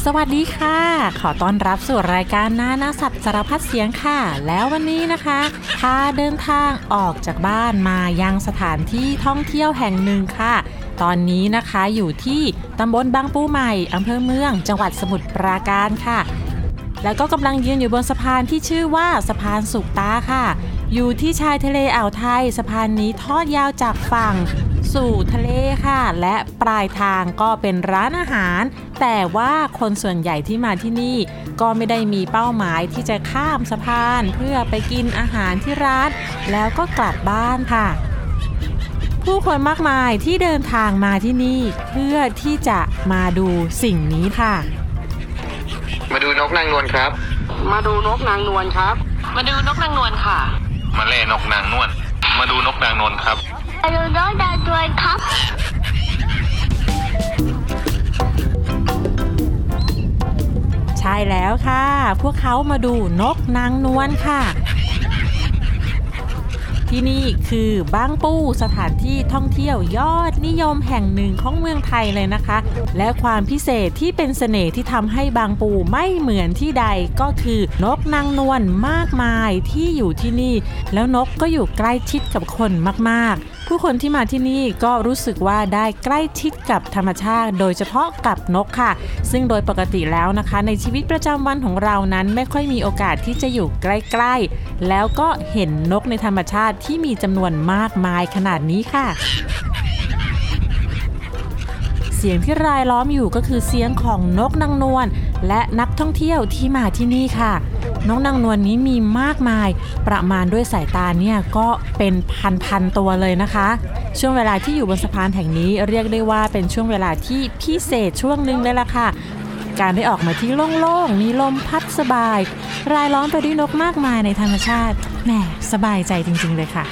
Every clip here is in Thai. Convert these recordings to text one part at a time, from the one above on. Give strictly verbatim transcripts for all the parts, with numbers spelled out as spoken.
สวัสดีค่ะขอต้อนรับสู่รายการนานาสัตว์สารพัดเสียงค่ะแล้ววันนี้นะคะพาเดินทางออกจากบ้านมายังสถานที่ท่องเที่ยวแห่งหนึ่งค่ะตอนนี้นะคะอยู่ที่ตำบลบางปูใหม่อำเภอเมืองจังหวัดสมุทรปราการค่ะแล้วก็กำลังยืนอยู่บนสะพานที่ชื่อว่าสะพานสุกตาค่ะอยู่ที่ชายทะเลอ่าวไทยสะพานนี้ทอดยาวจากฝั่งสู่ทะเลค่ะและปลายทางก็เป็นร้านอาหารแต่ว่าคนส่วนใหญ่ที่มาที่นี่ก็ไม่ได้มีเป้าหมายที่จะข้ามสะพานเพื่อไปกินอาหารที่ร้านแล้วก็กลับบ้านค่ะผู้คนมากมายที่เดินทางมาที่นี่เพื่อที่จะมาดูสิ่งนี้ค่ะมาดูนกนางนวลครับมาดูนกนางนวลครับมาดูนกนางนวลค่ะมาเล่นกนางนวลมาดูนกนางนวลครับมาดูนกนางนวลครับใช่แล้วค่ะพวกเขามาดูนกนางนวลค่ะที่นี่คือบางปูสถานที่ท่องเที่ยวยอดนิยมแห่งหนึ่งของเมืองไทยเลยนะคะและความพิเศษที่เป็นเสน่ห์ที่ทำให้บางปูไม่เหมือนที่ใดก็คือนกนางนวลมากมายที่อยู่ที่นี่แล้วนกก็อยู่ใกล้ชิดกับคนมากๆผู้คนที่มาที่นี่ก็รู้สึกว่าได้ใกล้ชิดกับธรรมชาติโดยเฉพาะกับนกค่ะซึ่งโดยปกติแล้วนะคะในชีวิตประจำวันของเรานั้นไม่ค่อยมีโอกาสที่จะอยู่ใกล้ๆแล้วก็เห็นนกในธรรมชาติที่มีจำนวนมากมายขนาดนี้ค่ะเสียงที่รายล้อมอยู่ก็คือเสียงของนกนางนวลและนักท่องเที่ยวที่มาที่นี่ค่ะนกนางนวลนี้มีมากมายประมาณด้วยสายตาเนี่ยก็เป็นพันๆตัวเลยนะคะช่วงเวลาที่อยู่บนสะพานแห่งนี้เรียกได้ว่าเป็นช่วงเวลาที่พิเศษช่วงนึงเลยล่ะค่ะการได้ออกมาที่โล่งๆมีลมพัดสบายรายล้อมไปด้วยนกมากมายในธรรมชาติแหมสบายใจจริงๆเลยค่ะ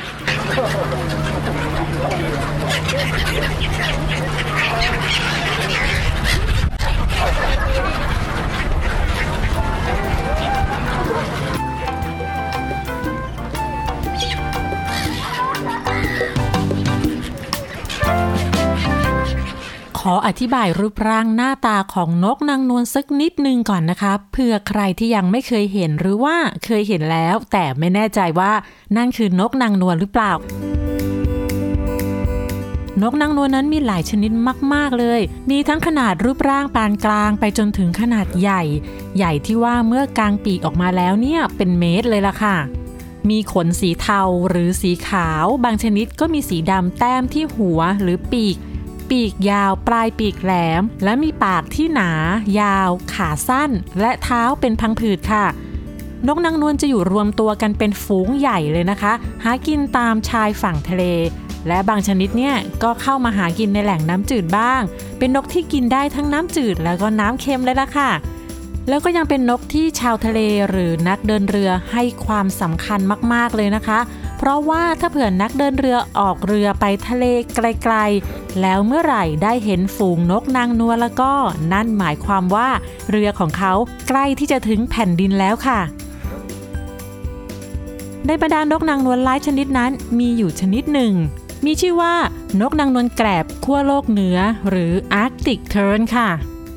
ขออธิบายรูปร่างหน้าตาของนกนางนวลสักนิดนึงก่อนนะคะเผื่อใครที่ยังไม่เคยเห็นหรือว่าเคยเห็นแล้วแต่ไม่แน่ใจว่านั่นคือนกนางนวลหรือเปล่านกนางนวลนั้นมีหลายชนิดมากๆเลยมีทั้งขนาดรูปร่างปานกลางไปจนถึงขนาดใหญ่ใหญ่ที่ว่าเมื่อกางปีกออกมาแล้วเนี่ยเป็นเมตรเลยล่ะค่ะมีขนสีเทาหรือสีขาวบางชนิดก็มีสีดำแต้มที่หัวหรือปีกปีกยาวปลายปีกแหลมและมีปากที่หนายาวขาสั้นและเท้าเป็นพังผืดค่ะนกนางนวลจะอยู่รวมตัวกันเป็นฝูงใหญ่เลยนะคะหากินตามชายฝั่งทะเลและบางชนิดเนี่ยก็เข้ามาหากินในแหล่งน้ำจืดบ้างเป็นนกที่กินได้ทั้งน้ำจืดแล้วก็น้ำเค็มเลยล่ะค่ะแล้วก็ยังเป็นนกที่ชาวทะเลหรือนักเดินเรือให้ความสำคัญมากๆเลยนะคะเพราะว่าถ้าเผื่อนักเดินเรือออกเรือไปทะเลไกลๆแล้วเมื่อไหร่ได้เห็นฝูงนกนางนวลแล้วก็นั่นหมายความว่าเรือของเขาใกล้ที่จะถึงแผ่นดินแล้วค่ะในบรรดานกนางนวลหลายชนิดนั้นมีอยู่ชนิดหนึ่งมีชื่อว่านกนางนวลแกรบขั้วโลกเหนือหรือ Arctic Tern ค่ะ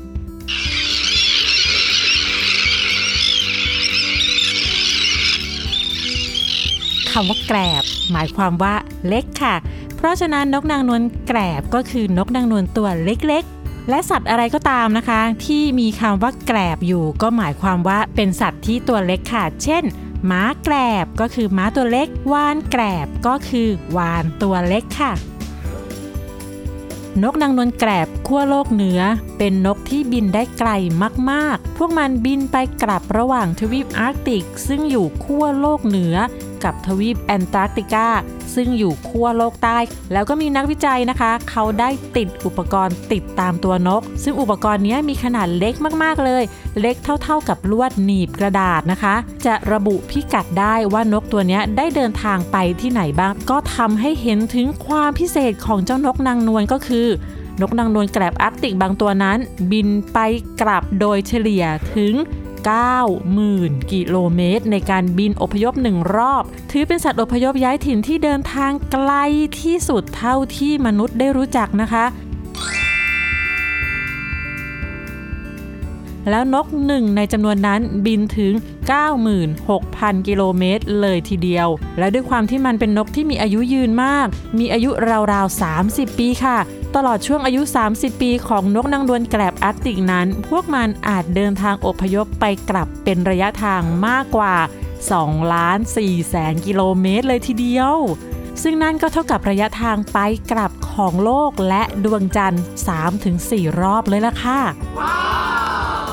คำว่าแกรบหมายความว่าเล็กค่ะเพราะฉะนั้นนกนางนวลแกรบก็คือนกนางนวลตัวเล็กๆและสัตว์อะไรก็ตามนะคะที่มีคำว่าแกรบอยู่ก็หมายความว่าเป็นสัตว์ที่ตัวเล็กค่ะเช่นม้าแกรบก็คือม้าตัวเล็กวาฬแกรบก็คือวาฬตัวเล็กค่ะนกนางนวลแกรบขั้วโลกเหนือเป็นนกที่บินได้ไกลมากๆพวกมันบินไปกลับระหว่างทวีปอาร์กติกซึ่งอยู่ขั้วโลกเหนือกับทวีปแอนตาร์กติกาซึ่งอยู่ขั้วโลกใต้แล้วก็มีนักวิจัยนะคะเขาได้ติดอุปกรณ์ติดตามตัวนกซึ่งอุปกรณ์นี้มีขนาดเล็กมากๆเลยเล็กเท่าๆกับลวดหนีบกระดาษนะคะจะระบุพิกัดได้ว่านกตัวนี้ได้เดินทางไปที่ไหนบ้างก็ทำให้เห็นถึงความพิเศษของเจ้านกนางนวลก็คือนกนางนวลแกรบอาร์กติกบางตัวนั้นบินไปกลับโดยเฉลี่ยถึงเก้าหมื่น กิโลเมตรในการบินอพยพหนึ่งรอบถือเป็นสัตว์อพยพย้ายถิ่นที่เดินทางไกลที่สุดเท่าที่มนุษย์ได้รู้จักนะคะแล้วนกหนึ่งในจำนวนนั้นบินถึง เก้าหมื่นหกพัน กิโลเมตรเลยทีเดียวและด้วยความที่มันเป็นนกที่มีอายุยืนมากมีอายุราวๆสามสิบปีค่ะตลอดช่วงอายุสามสิบปีของนกนางนวลแกลบอาร์กติกนั้นพวกมันอาจเดินทางอพยพไปกลับเป็นระยะทางมากกว่าสองล้านสี่แสนกิโลเมตรเลยทีเดียวซึ่งนั่นก็เท่ากับระยะทางไปกลับของโลกและดวงจันทร์ สามถึงสี่ รอบเลยล่ะค่ะ wow!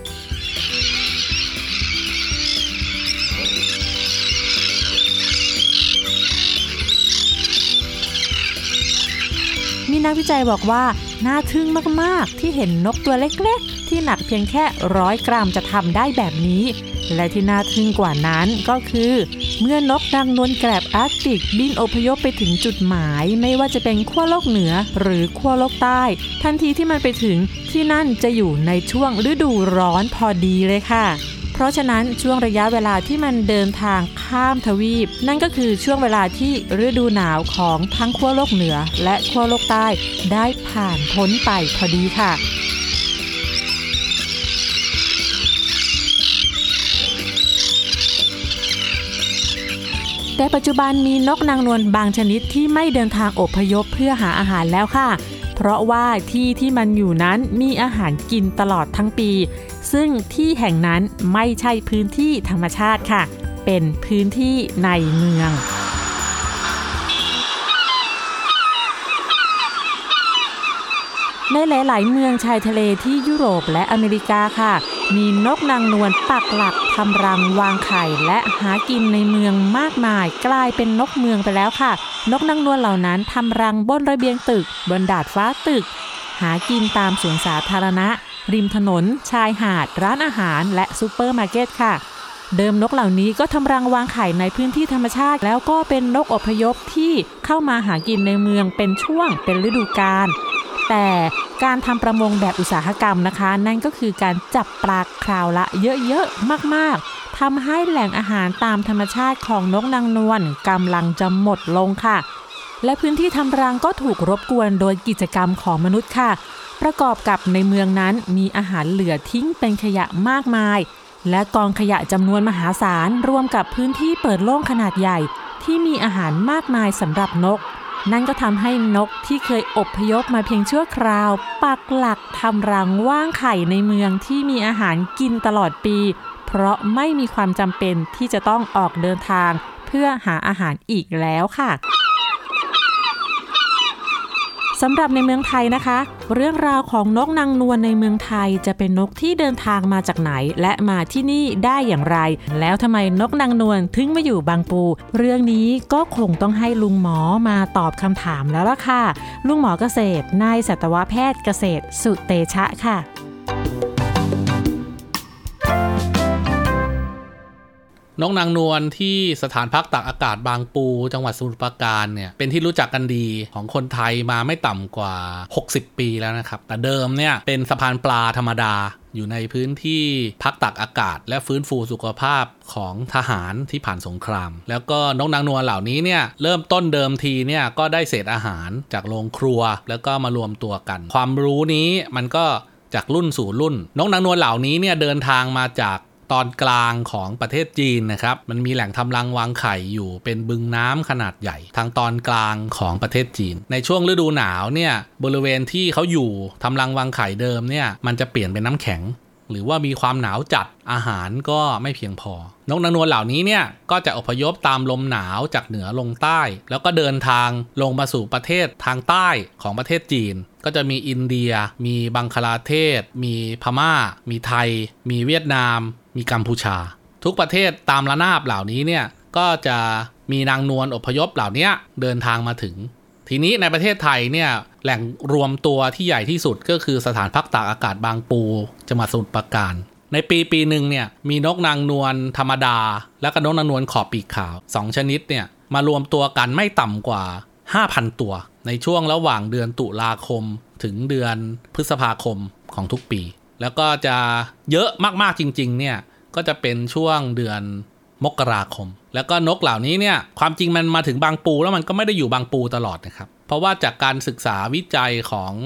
มีนักวิจัยบอกว่าน่าทึ่งมากๆที่เห็นนกตัวเล็กๆที่หนักเพียงแค่ร้อยกรัมจะทำได้แบบนี้และที่น่าทึ่งกว่านั้นก็คือเมื่อนกนางนวลแกลบอาร์กติกบินอพยพไปถึงจุดหมายไม่ว่าจะเป็นขั้วโลกเหนือหรือขั้วโลกใต้ทันทีที่มันไปถึงที่นั่นจะอยู่ในช่วงฤดูร้อนพอดีเลยค่ะเพราะฉะนั้นช่วงระยะเวลาที่มันเดินทางข้ามทวีปนั่นก็คือช่วงเวลาที่ฤดูหนาวของทั้งขั้วโลกเหนือและขั้วโลกใต้ได้ผ่านพ้นไปพอดีค่ะแต่ปัจจุบันมีนกนางนวลบางชนิดที่ไม่เดินทางอพยพเพื่อหาอาหารแล้วค่ะเพราะว่าที่ที่มันอยู่นั้นมีอาหารกินตลอดทั้งปีซึ่งที่แห่งนั้นไม่ใช่พื้นที่ธรรมชาติค่ะเป็นพื้นที่ในเมืองในหลายๆเมืองชายทะเลที่ยุโรปและอเมริกาค่ะมีนกนางนวลปักหลักทำรังวางไข่และหากินในเมืองมากมายกลายเป็นนกเมืองไปแล้วค่ะนกนางนวลเหล่านั้นทำรังบนระเบียงตึกบนดาดฟ้าตึกหากินตามสวนสาธารณะริมถนนชายหาดร้านอาหารและซูเปอร์มาร์เก็ตค่ะเดิมนกเหล่านี้ก็ทำรังวางไข่ในพื้นที่ธรรมชาติแล้วก็เป็นนกอพยพที่เข้ามาหากินในเมืองเป็นช่วงเป็นฤดูกาลแต่การทำประมงแบบอุตสาหกรรมนะคะนั่นก็คือการจับปลาคราวละเยอะๆมากๆทำให้แหล่งอาหารตามธรรมชาติของนกนางนวลกำลังจะหมดลงค่ะและพื้นที่ทำรังก็ถูกรบกวนโดยกิจกรรมของมนุษย์ค่ะประกอบกับในเมืองนั้นมีอาหารเหลือทิ้งเป็นขยะมากมายและกองขยะจำนวนมหาศาลรวมกับพื้นที่เปิดโล่งขนาดใหญ่ที่มีอาหารมากมายสำหรับนกนั่นก็ทำให้นกที่เคยอพยพมาเพียงชั่วคราวปักหลักทำรังว่างไข่ในเมืองที่มีอาหารกินตลอดปีเพราะไม่มีความจำเป็นที่จะต้องออกเดินทางเพื่อหาอาหารอีกแล้วค่ะสำหรับในเมืองไทยนะคะเรื่องราวของนกนางนวลในเมืองไทยจะเป็นนกที่เดินทางมาจากไหนและมาที่นี่ได้อย่างไรแล้วทำไมนกนางนวลถึงมาอยู่บางปูเรื่องนี้ก็คงต้องให้ลุงหมอมาตอบคำถามแล้วล่ะค่ะลุงหมอเกษตรนายสัตวแพทย์เกษตรสุเตชะค่ะนกนางนวลที่สถานพักตากอากาศบางปูจังหวัดสมุทรปราการเนี่ยเป็นที่รู้จักกันดีของคนไทยมาไม่ต่ำกว่าหกสิบปีแล้วนะครับแต่เดิมเนี่ยเป็นสะพานปลาธรรมดาอยู่ในพื้นที่พักตากอากาศและฟื้นฟูสุขภาพของทหารที่ผ่านสงครามแล้วก็นกนางนวลเหล่านี้เนี่ยเริ่มต้นเดิมทีเนี่ยก็ได้เศษอาหารจากโรงครัวแล้วก็มารวมตัวกันความรู้นี้มันก็จากรุ่นสู่รุ่นนกนางนวลเหล่านี้เนี่ยเดินทางมาจากตอนกลางของประเทศจีนนะครับมันมีแหล่งทำรังวางไข่อยู่เป็นบึงน้ำขนาดใหญ่ทางตอนกลางของประเทศจีนในช่วงฤดูหนาวเนี่ยบริเวณที่เขาอยู่ทำรังวางไข่เดิมเนี่ยมันจะเปลี่ยนเป็นน้ำแข็งหรือว่ามีความหนาวจัดอาหารก็ไม่เพียงพอนกนางนวลเหล่านี้เนี่ยก็จะอพยพตามลมหนาวจากเหนือลงใต้แล้วก็เดินทางลงมาสู่ประเทศทางใต้ของประเทศจีนก็จะมีอินเดียมีบังคลาเทศมีพม่ามีไทยมีเวียดนามมีกัมพูชาทุกประเทศตามระนาบเหล่านี้เนี่ยก็จะมีนางนวลอพยพเหล่านี้เดินทางมาถึงทีนี้ในประเทศไทยเนี่ยแหล่งรวมตัวที่ใหญ่ที่สุดก็คือสถานพักตากอากาศบางปูจังหวัดสมุทรปราการในปีปีหนึ่งเนี่ยมีนกนางนวลธรรมดาและก็นกนางนวลขอบปีกขาวสองชนิดเนี่ยมารวมตัวกันไม่ต่ำกว่า ห้าพัน ตัวในช่วงระหว่างเดือนตุลาคมถึงเดือนพฤษภาคมของทุกปีแล้วก็จะเยอะมากๆจริงๆเนี่ยก็จะเป็นช่วงเดือนมกราคมแล้วก็นกเหล่านี้เนี่ยความจริงมันมาถึงบางปูแล้วมันก็ไม่ได้อยู่บางปูตลอดนะครับเพราะว่าจากการศึกษาวิจัยของ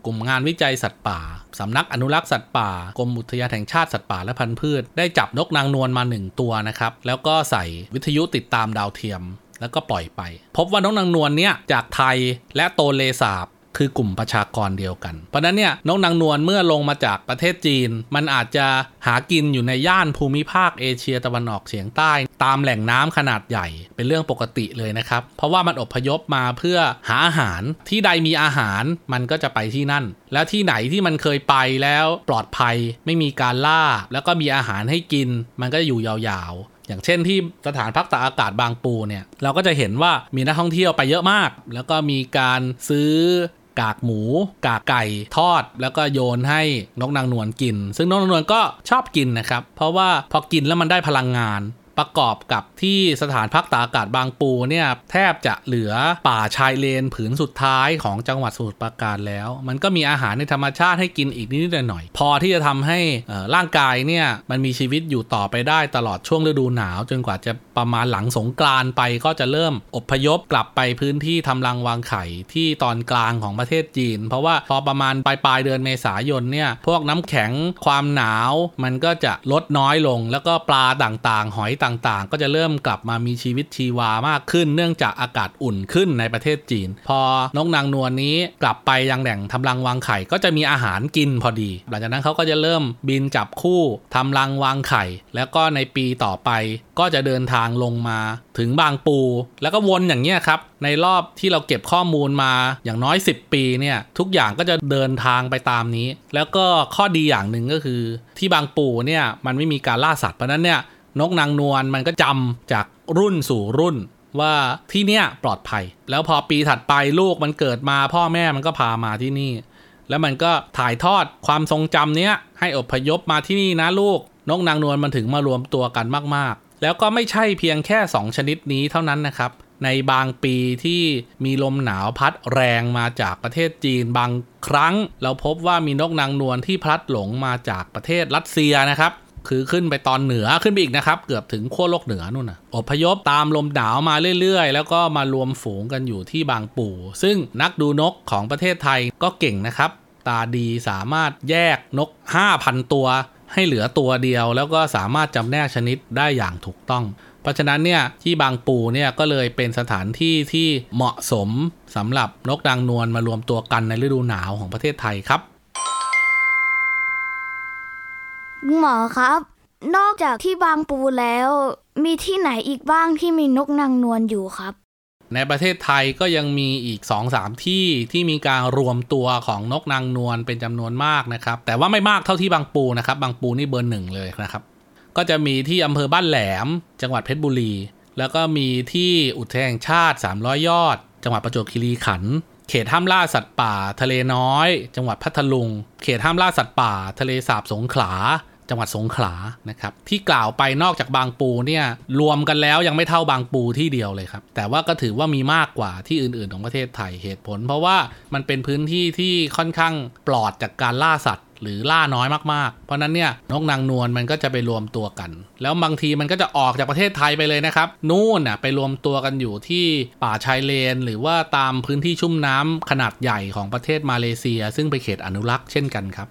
กลุ่มงานวิจัยสัตว์ป่าสำนักอนุรักษ์สัตว์ป่ากรมอุทยานแห่งชาติสัตว์ป่าและพันธุ์พืชได้จับนกนางนวลมาหนึ่งตัวนะครับแล้วก็ใส่วิทยุติดตามดาวเทียมแล้วก็ปล่อยไปพบว่านกนางนวลเนี่ยจากไทยและโตเลสาบคือกลุ่มประชากรเดียวกันเพราะนั้นเนี่ยนกนางนวลเมื่อลงมาจากประเทศจีนมันอาจจะหากินอยู่ในย่านภูมิภาคเอเชียตะวันออกเฉียงใต้ตามแหล่งน้ำขนาดใหญ่เป็นเรื่องปกติเลยนะครับเพราะว่ามันอพยพมาเพื่อหาอาหารที่ใดมีอาหารมันก็จะไปที่นั่นแล้วที่ไหนที่มันเคยไปแล้วปลอดภัยไม่มีการล่าแล้วก็มีอาหารให้กินมันก็อยู่ยาวๆอย่างเช่นที่สถานพักตากอากาศบางปูเนี่ยเราก็จะเห็นว่ามีนักท่องเที่ยวไปเยอะมากแล้วก็มีการซื้อกากหมูกากไก่ทอดแล้วก็โยนให้นกนางนวลกินซึ่งนกนางนวลก็ชอบกินนะครับเพราะว่าพอกินแล้วมันได้พลังงานประกอบกับที่สถานพักตากอากาศบางปูเนี่ยแทบจะเหลือป่าชายเลนผืนสุดท้ายของจังหวัดสมุทรปราการแล้วมันก็มีอาหารในธรรมชาติให้กินอีกนิดๆหน่อยๆพอที่จะทำให้ร่างกายเนี่ยมันมีชีวิตอยู่ต่อไปได้ตลอดช่วงฤดูหนาวจนกว่าจะประมาณหลังสงกรานต์ไปก็จะเริ่มอพยพกลับไปพื้นที่ทำรังวางไข่ที่ตอนกลางของประเทศจีนเพราะว่าพอประมาณปลายปลายเดือนเมษายนเนี่ยพวกน้ำแข็งความหนาวมันก็จะลดน้อยลงแล้วก็ปลาต่างๆหอยต่างๆก็จะเริ่มกลับมามีชีวิตชีวามากขึ้นเนื่องจากอากาศอุ่นขึ้นในประเทศจีนพอนกนางนวลนี้กลับไปยังแหล่งทำรังวางไข่ก็จะมีอาหารกินพอดีหลังจากนั้นเขาก็จะเริ่มบินจับคู่ทำรังวางไข่แล้วก็ในปีต่อไปก็จะเดินทางลงมาถึงบางปูแล้วก็วนอย่างเงี้ยครับในรอบที่เราเก็บข้อมูลมาอย่างน้อยสิบปีเนี่ยทุกอย่างก็จะเดินทางไปตามนี้แล้วก็ข้อดีอย่างหนึ่งก็คือที่บางปูเนี่ยมันไม่มีการล่าสัตว์เพราะนั้นเนี่ยนกนางนวลมันก็จำจากรุ่นสู่รุ่นว่าที่เนี่ยปลอดภัยแล้วพอปีถัดไปลูกมันเกิดมาพ่อแม่มันก็พามาที่นี่แล้วมันก็ถ่ายทอดความทรงจำเนี้ยให้อพยพมาที่นี่นะลูกนกนางนวลมันถึงมารวมตัวกันมากๆแล้วก็ไม่ใช่เพียงแค่สองชนิดนี้เท่านั้นนะครับในบางปีที่มีลมหนาวพัดแรงมาจากประเทศจีนบางครั้งเราพบว่ามีนกนางนวลที่พลัดหลงมาจากประเทศรัสเซียนะครับคือขึ้นไปตอนเหนือขึ้นไปอีกนะครับเกือบถึงขั้วโลกเหนือนู่นนะอพยพตามลมหนาวมาเรื่อยๆแล้วก็มารวมฝูงกันอยู่ที่บางปูซึ่งนักดูนกของประเทศไทยก็เก่งนะครับตาดีสามารถแยกนก ห้าพัน ตัวให้เหลือตัวเดียวแล้วก็สามารถจำแนกชนิดได้อย่างถูกต้องเพราะฉะนั้นเนี่ยที่บางปูเนี่ยก็เลยเป็นสถานที่ที่เหมาะสมสำหรับนกนางนวลมารวมตัวกันในฤดูหนาวของประเทศไทยครับหมอครับนอกจากที่บางปูแล้วมีที่ไหนอีกบ้างที่มีนกนางนวลอยู่ครับในประเทศไทยก็ยังมีอีก สองถึงสาม ที่ที่มีการรวมตัวของนกนางนวลเป็นจำนวนมากนะครับแต่ว่าไม่มากเท่าที่บางปูนะครับบางปูนี่เบอร์หนึ่งเลยนะครับก็จะมีที่อำเภอบ้านแหลมจังหวัดเพชรบุรีแล้วก็มีที่อุทยานแห่งชาติสามร้อยยอดจังหวัดประจวบคีรีขันธ์เขตห้ามล่าสัตว์ป่าทะเลน้อยจังหวัดพัทลุงเขตห้ามล่าสัตว์ป่าทะเลสาบสงขลาจังหวัดสงขลานะครับที่กล่าวไปนอกจากบางปูเนี่ยรวมกันแล้วยังไม่เท่าบางปูที่เดียวเลยครับแต่ว่าก็ถือว่ามีมากกว่าที่อื่นๆของประเทศไทยเหตุผลเพราะว่ามันเป็นพื้นที่ที่ค่อนข้างปลอดจากการล่าสัตว์หรือล่าน้อยมากๆเพราะนั้นเนี่ยนกนางนวลมันก็จะไปรวมตัวกันแล้วบางทีมันก็จะออกจากประเทศไทยไปเลยนะครับนู่นน่ะไปรวมตัวกันอยู่ที่ป่าชายเลนหรือว่าตามพื้นที่ชุ่มน้ำขนาดใหญ่ของประเทศมาเลเซียซึ่งเป็นเขตอนุรักษ์เช่นกันครับ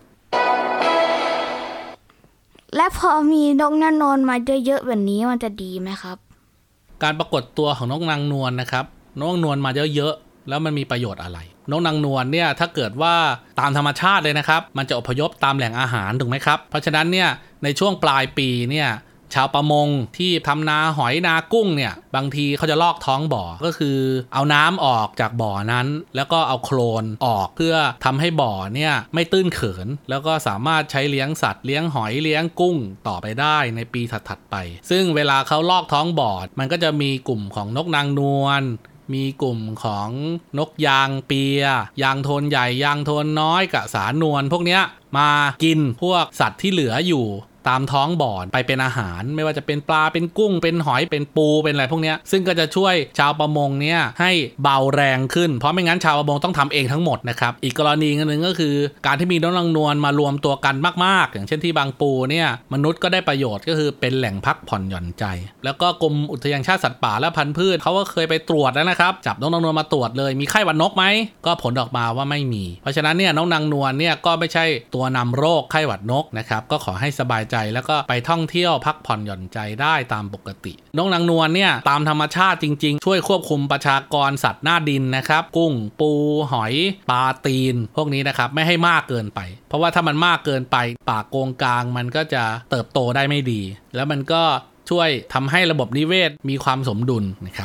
และพอมีนกนางนวลมาเยอะๆแบบนี้มันจะดีไหมครับการปรากฏตัวของนกนางนวลนะครับนกนางนวลมาเยอะๆแล้วมันมีประโยชน์อะไรนกนางนวลเนี่ยถ้าเกิดว่าตามธรรมชาติเลยนะครับมันจะอพยพตามแหล่งอาหารถูกไหมครับเพราะฉะนั้นเนี่ยในช่วงปลายปีเนี่ยชาวประมงที่ทำนาหอยนากุ้งเนี่ยบางทีเขาจะลอกท้องบ่อก็คือเอาน้ำออกจากบ่อนั้นแล้วก็เอาโคลนออกเพื่อทำให้บ่อเนี่ยไม่ตื้นเขินแล้วก็สามารถใช้เลี้ยงสัตว์เลี้ยงหอยเลี้ยงกุ้งต่อไปได้ในปีถัดๆไปซึ่งเวลาเขาลอกท้องบ่อมันก็จะมีกลุ่มของนกนางนวลมีกลุ่มของนกยางเปียยางโทนใหญ่ยางโทนน้อยกะสานวลพวกเนี้ยมากินพวกสัตว์ที่เหลืออยู่ตามท้องบ่อไปเป็นอาหารไม่ว่าจะเป็นปลาเป็นกุ้งเป็นหอยเป็นปูเป็นอะไรพวกนี้ซึ่งก็จะช่วยชาวประมงเนี่ยให้เบาแรงขึ้นเพราะไม่งั้นชาวประมงต้องทำเองทั้งหมดนะครับอีกกรณีนึงก็คือการที่มีนกนางนวลมารวมตัวกันมากๆอย่างเช่นที่บางปูเนี่ยมนุษย์ก็ได้ประโยชน์ก็คือเป็นแหล่งพักผ่อนหย่อนใจแล้วก็กรมอุทยานชาติสัตว์ป่าและพันธุ์พืชเขาก็เคยไปตรวจแล้วนะครับจับนกนางนวลมาตรวจเลยมีไข้หวัดนกไหมก็ผลออกมาว่าไม่มีเพราะฉะนั้นเนี่ยนกนางนวลเนี่ยก็ไม่ใช่ตัวนำโรคไข้หวัดนกนะครับก็ขอให้สบายใจแล้วก็ไปท่องเที่ยวพักผ่อนหย่อนใจได้ตามปกตินกนางนวลเนี่ยตามธรรมชาติจริงๆช่วยควบคุมประชากรสัตว์หน้าดินนะครับกุ้งปูหอยปลาตีนพวกนี้นะครับไม่ให้มากเกินไปเพราะว่าถ้ามันมากเกินไปป่าโกงกลางมันก็จะเติบโตได้ไม่ดีแล้วมันก็ช่วยทำให้ระบบนิเวศมีความสมดุลนะครับ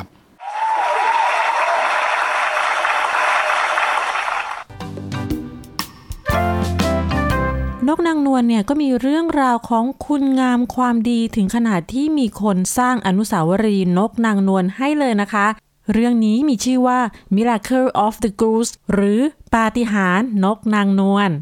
นกนางนวลเนี่ยก็มีเรื่องราวของคุณงามความดีถึงขนาดที่มีคนสร้างอนุสาวรีย์นกนางนวลให้เลยนะคะเรื่องนี้มีชื่อว่า Miracle of the Goose หรือปาฏิหาริย์นกนางนวล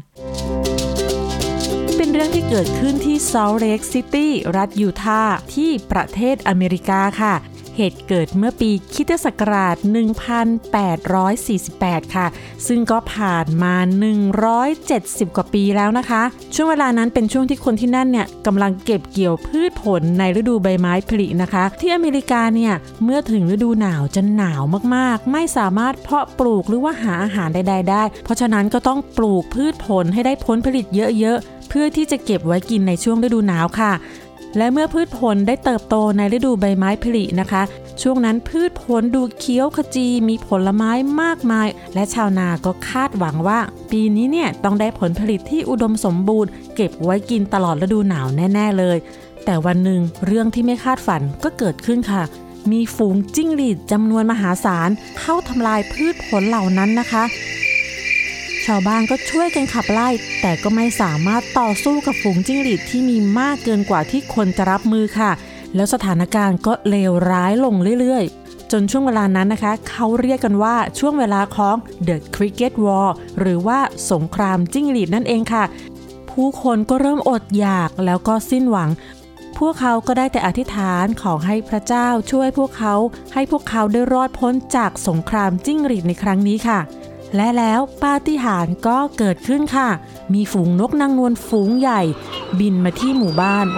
เป็นเรื่องที่เกิดขึ้นที่ Salt Lake City รัฐยูทาห์ที่ประเทศอเมริกาค่ะเหตุเกิดเมื่อปีคริสตศักราชหนึ่งพันแปดร้อยสี่สิบแปดค่ะซึ่งก็ผ่านมาหนึ่งร้อยเจ็ดสิบกว่าปีแล้วนะคะช่วงเวลานั้นเป็นช่วงที่คนที่นั่นเนี่ยกำลังเก็บเกี่ยวพืชผลในฤดูใบไม้ผลินะคะที่อเมริกาเนี่ยเมื่อถึงฤดูหนาวจะหนาวมากๆไม่สามารถเพาะปลูกหรือว่าหาอาหารใดๆได้เพราะฉะนั้นก็ต้องปลูกพืชผลให้ได้ผลผลิตเยอะๆเพื่อที่จะเก็บไว้กินในช่วงฤดูหนาวค่ะและเมื่อพืชผลได้เติบโตในฤดูใบไม้ผลินะคะช่วงนั้นพืชผลดูเขียวขจีมีผลไม้มากมายและชาวนาก็คาดหวังว่าปีนี้เนี่ยต้องได้ผลผลิตที่อุดมสมบูรณ์เก็บไว้กินตลอดฤดูหนาวแน่ๆเลยแต่วันหนึ่งเรื่องที่ไม่คาดฝันก็เกิดขึ้นค่ะมีฝูงจิ้งหรีดจำนวนมหาศาลเข้าทำลายพืชผลเหล่านั้นนะคะชาวบ้านก็ช่วยกันขับไล่แต่ก็ไม่สามารถต่อสู้กับฝูงจิ้งหรีดที่มีมากเกินกว่าที่คนจะรับมือค่ะแล้วสถานการณ์ก็เลวร้ายลงเรื่อยๆจนช่วงเวลานั้นนะคะเขาเรียกกันว่าช่วงเวลาของ The Cricket War หรือว่าสงครามจิ้งหรีดนั่นเองค่ะผู้คนก็เริ่มอดอยากแล้วก็สิ้นหวังพวกเขาก็ได้แต่อธิษฐานขอให้พระเจ้าช่วยพวกเขาให้พวกเขาได้รอดพ้นจากสงครามจิ้งหรีดในครั้งนี้ค่ะและแล้วปาฏิหาริย์ก็เกิดขึ้นค่ะมีฝูงนกนางนวลฝูงใหญ่บินมาที่หมู่บ้าน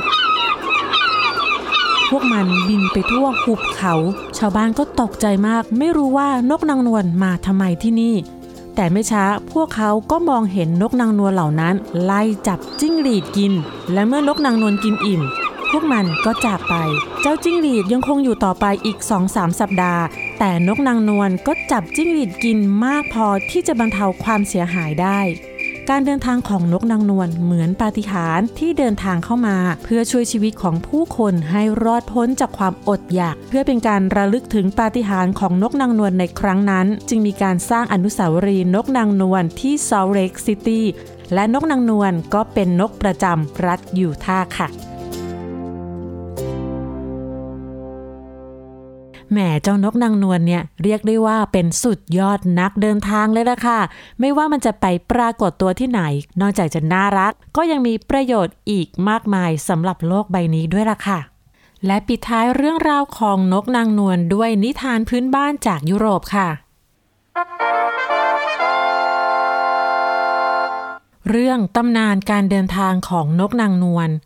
พวกมันบินไปทั่วหุบเขาชาวบ้านก็ตกใจมากไม่รู้ว่านกนางนวลมาทำไมที่นี่แต่ไม่ช้าพวกเขาก็มองเห็นนกนางนวลเหล่านั้นไล่จับจิ้งหรีดกินและเมื่อนกนางนวลกินอิ่มพวกมันก็จากไปเจ้าจิ้งหรีดยังคงอยู่ต่อไปอีก สองถึงสาม สัปดาห์แต่นกนางนวลก็จับจิ้งหรีดกินมากพอที่จะบรรเทาความเสียหายได้การเดินทางของนกนางนวลเหมือนปาฏิหาริย์ที่เดินทางเข้ามาเพื่อช่วยชีวิตของผู้คนให้รอดพ้นจากความอดอยากเพื่อเป็นการระลึกถึงปาฏิหาริย์ของนกนางนวลในครั้งนั้นจึงมีการสร้างอนุสาวรีย์นกนางนวลที่ Salt Lake City และนกนางนวลก็เป็นนกประจำรัฐยูทาห์ค่ะแหมเจ้านกนางนวลเนี่ยเรียกได้ว่าเป็นสุดยอดนักเดินทางเลยล่ะค่ะไม่ว่ามันจะไปปรากฏตัวที่ไหนนอกจากจะน่ารักก็ยังมีประโยชน์อีกมากมายสำหรับโลกใบนี้ด้วยล่ะค่ะและปิดท้ายเรื่องราวของนกนางนวลด้วยนิทานพื้นบ้านจากยุโรปค่ะเรื่องตำนานการเดินทางของนกนางนวล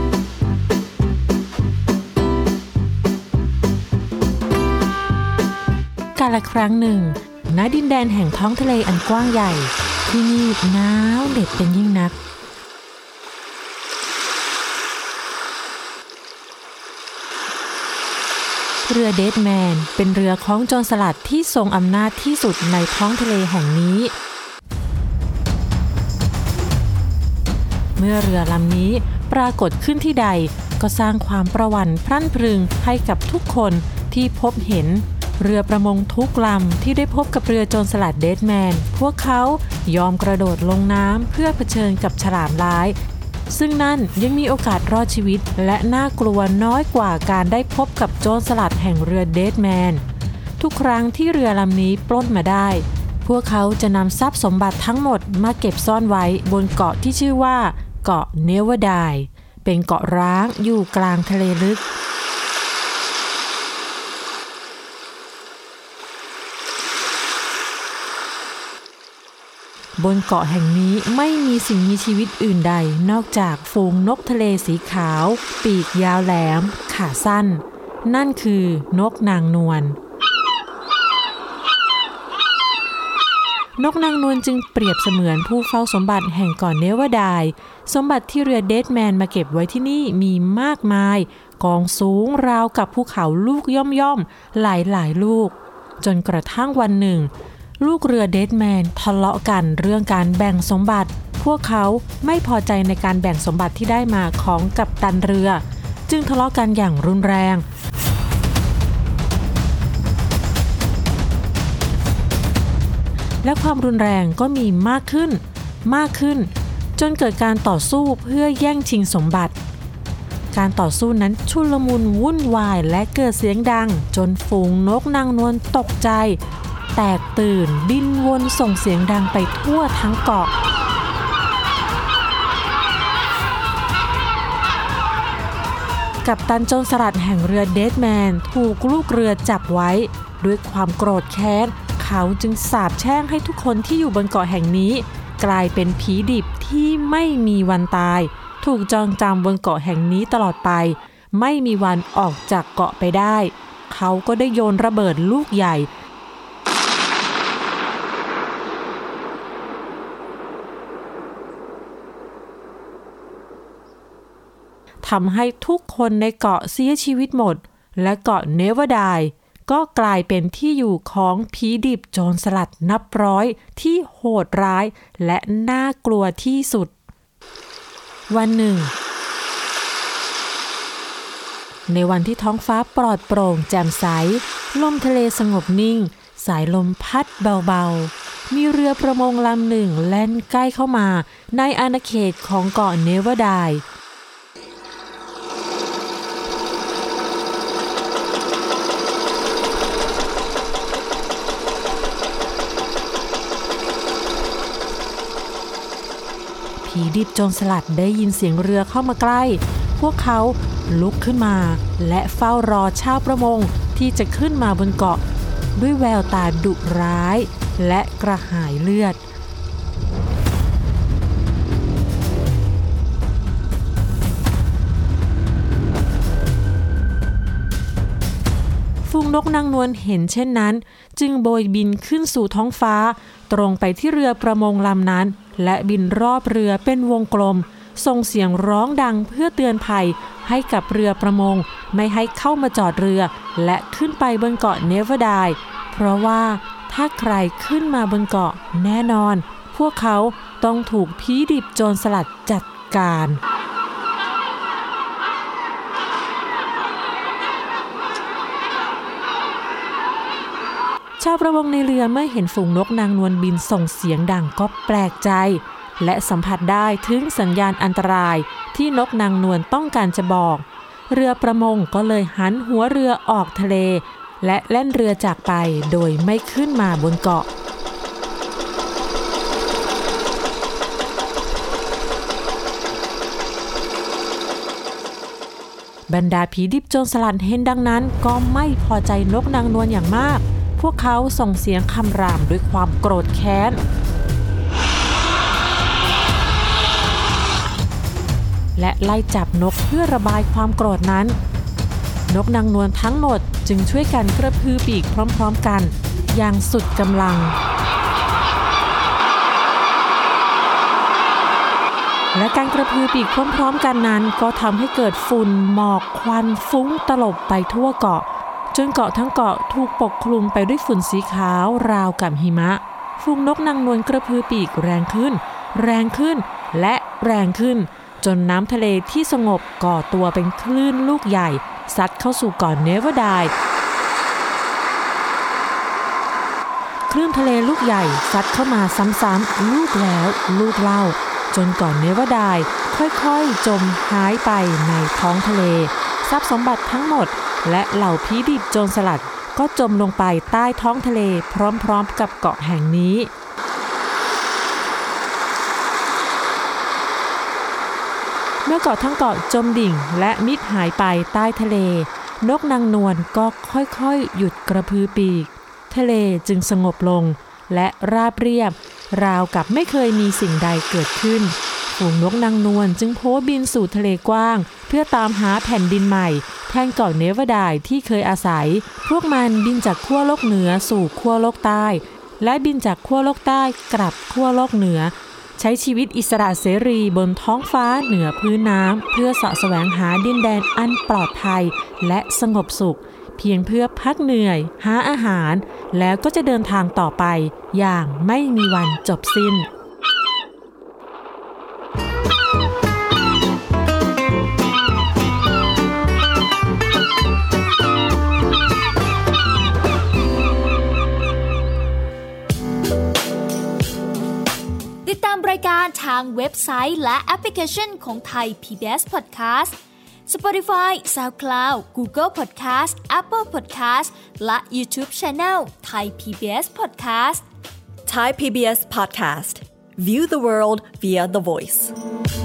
กาลครั้งหนึ่งณดินแดนแห่งท้องทะเลอันกว้างใหญ่ที่นี่หนาวเหน็บเป็นยิ่งนักเรือเดดแมนเป็นเรือของโจรสลัดที่ทรงอำนาจที่สุดในท้องทะเลแห่งนี้เมื่อเรือลำนี้ปรากฏขึ้นที่ใดก็สร้างความประหวั่นพรั่นพรึงให้กับทุกคนที่พบเห็นเรือประมงทุกลำที่ได้พบกับเรือโจรสลัดเดดแมนพวกเขายอมกระโดดลงน้ำเพื่อเผชิญกับฉลามร้ายซึ่งนั่นยังมีโอกาสรอดชีวิตและน่ากลัวน้อยกว่าการได้พบกับโจรสลัดแห่งเรือเดดแมนทุกครั้งที่เรือลำนี้ปล้นมาได้พวกเขาจะนำทรัพย์สมบัติทั้งหมดมาเก็บซ่อนไว้บนเกาะที่ชื่อว่าเกาะเนเวอร์ไดเป็นเกาะร้างอยู่กลางทะเลลึกบนเกาะแห่งนี้ไม่มีสิ่งมีชีวิตอื่นใดนอกจากฝูงนกทะเลสีขาวปีกยาวแหลมขาสั้นนั่นคือนกนางนวลนกนางนวลจึงเปรียบเสมือนผู้เฝ้าสมบัติแห่งเกาะเนวาดายสมบัติที่เรือเดดแมนมาเก็บไว้ที่นี่มีมากมายกองสูงราวกับภูเขาลูกย่อมๆหลายๆลูกจนกระทั่งวันหนึ่งลูกเรือเดดแมนทะเลาะกันเรื่องการแบ่งสมบัติพวกเขาไม่พอใจในการแบ่งสมบัติที่ได้มาของกัปตันเรือจึงทะเลาะกันอย่างรุนแรงและความรุนแรงก็มีมากขึ้นมากขึ้นจนเกิดการต่อสู้เพื่อแย่งชิงสมบัติการต่อสู้นั้นชุลมุนวุ่นวายและเกิดเสียงดังจนฝูงนกนางนวลตกใจแตกตื่นบินวนส่งเสียงดังไปทั่วทั้งเกาะกัปตันโจรสลัดแห่งเรือเดดแมนถูกลูกเรือจับไว้ด้วยความโกรธแค้นเขาจึงสาปแช่งให้ทุกคนที่อยู่บนเกาะแห่งนี้กลายเป็นผีดิบที่ไม่มีวันตายถูกจองจำบนเกาะแห่งนี้ตลอดไปไม่มีวันออกจากเกาะไปได้เขาก็ได้โยนระเบิดลูกใหญ่ทำให้ทุกคนในเกาะเสียชีวิตหมดและเกาะเนวาดายก็กลายเป็นที่อยู่ของผีดิบโจรสลัดนับร้อยที่โหดร้ายและน่ากลัวที่สุดวันหนึ่งในวันที่ท้องฟ้าปลอดโปร่งแจ่มใสลมทะเลสงบนิ่งสายลมพัดเบาๆมีเรือประมงลำหนึ่งแล่นใกล้เข้ามาในอาณาเขตของเกาะเนวาดายผีดิบโจรสลัดได้ยินเสียงเรือเข้ามาใกล้พวกเขาลุกขึ้นมาและเฝ้ารอชาวประมงที่จะขึ้นมาบนเกาะด้วยแววตาดุร้ายและกระหายเลือดฝูงนกนางนวลเห็นเช่นนั้นจึงโบยบินขึ้นสู่ท้องฟ้าตรงไปที่เรือประมงลำนั้นและบินรอบเรือเป็นวงกลมส่งเสียงร้องดังเพื่อเตือนภัยให้กับเรือประมงไม่ให้เข้ามาจอดเรือและขึ้นไปบนเกาะเนวาดายเพราะว่าถ้าใครขึ้นมาบนเกาะแน่นอนพวกเขาต้องถูกผีดิบโจรสลัดจัดการชาวประมงในเรือเมื่อเห็นฝูงนกนางนวลบินส่งเสียงดังก็แปลกใจและสัมผัสได้ถึงสัญญาณอันตรายที่นกนางนวลต้องการจะบอกเรือประมงก็เลยหันหัวเรือออกทะเลและแล่นเรือจากไปโดยไม่ขึ้นมาบนเกาะบรรดาผีดิบโจรสลัดเห็นดังนั้นก็ไม่พอใจนกนางนวลอย่างมากพวกเขาส่งเสียงคำรามด้วยความโกรธแค้นและไล่จับนกเพื่อระบายความโกรธนั้นนกนางนวลทั้งหมดจึงช่วยกันกระพือปีกพร้อมๆกันอย่างสุดกำลังและการกระพือปีกพร้อมๆกันนั้นก็ทำให้เกิดฝุ่นหมอกควันฟุ้งตลบไปทั่วเกาะจนเกาะทั้งเกาะถูกปกคลุมไปด้วยฝุ่นสีขาวราวกับหิมะฝูงนกนางนวลกระพือปีกแรงขึ้นแรงขึ้นและแรงขึ้นจนน้ำทะเลที่สงบก่อตัวเป็นคลื่นลูกใหญ่ซัดเข้าสู่เกาะเนวาดายคลื่นทะเลลูกใหญ่ซัดเข้ามาซ้ำๆลูกแล้วลูกเล่าจนเกาะเนวาดายค่อยๆจมหายไปในท้องทะเลทรัพย์สมบัติทั้งหมดและเหล่าผีดิบโจรสลัดก็จมลงไปใต้ท้องทะเลพร้อมๆกับเกาะแห่งนี้เมื่อเกาะทั้งเกาะจมดิ่งและมิดหายไปใต้ทะเลนกนางนวลก็ค่อยๆหยุดกระพือปีกทะเลจึงสงบลงและราบเรียบราวกับไม่เคยมีสิ่งใดเกิดขึ้นฝูงนกนางนวลจึงโผบินสู่ทะเลกว้างเพื่อตามหาแผ่นดินใหม่แทนเกาะเนวาดายที่เคยอาศัยพวกมันบินจากขั้วโลกเหนือสู่ขั้วโลกใต้และบินจากขั้วโลกใต้กลับขั้วโลกเหนือใช้ชีวิตอิสระเสรีบนท้องฟ้าเหนือพื้นน้ำเพื่อเสาะแสวงหาดินแดนอันปลอดภัยและสงบสุขเพียงเพื่อพักเหนื่อยหาอาหารแล้วก็จะเดินทางต่อไปอย่างไม่มีวันจบสิ้นติดตามรายการทางเว็บไซต์และแอปพลิเคชันของไทย พี บี เอส Podcast Spotify, SoundCloud, Google Podcast, Apple Podcast และ YouTube Channel Thai พี บี เอส Podcast Thai พี บี เอส Podcast View the world via the voice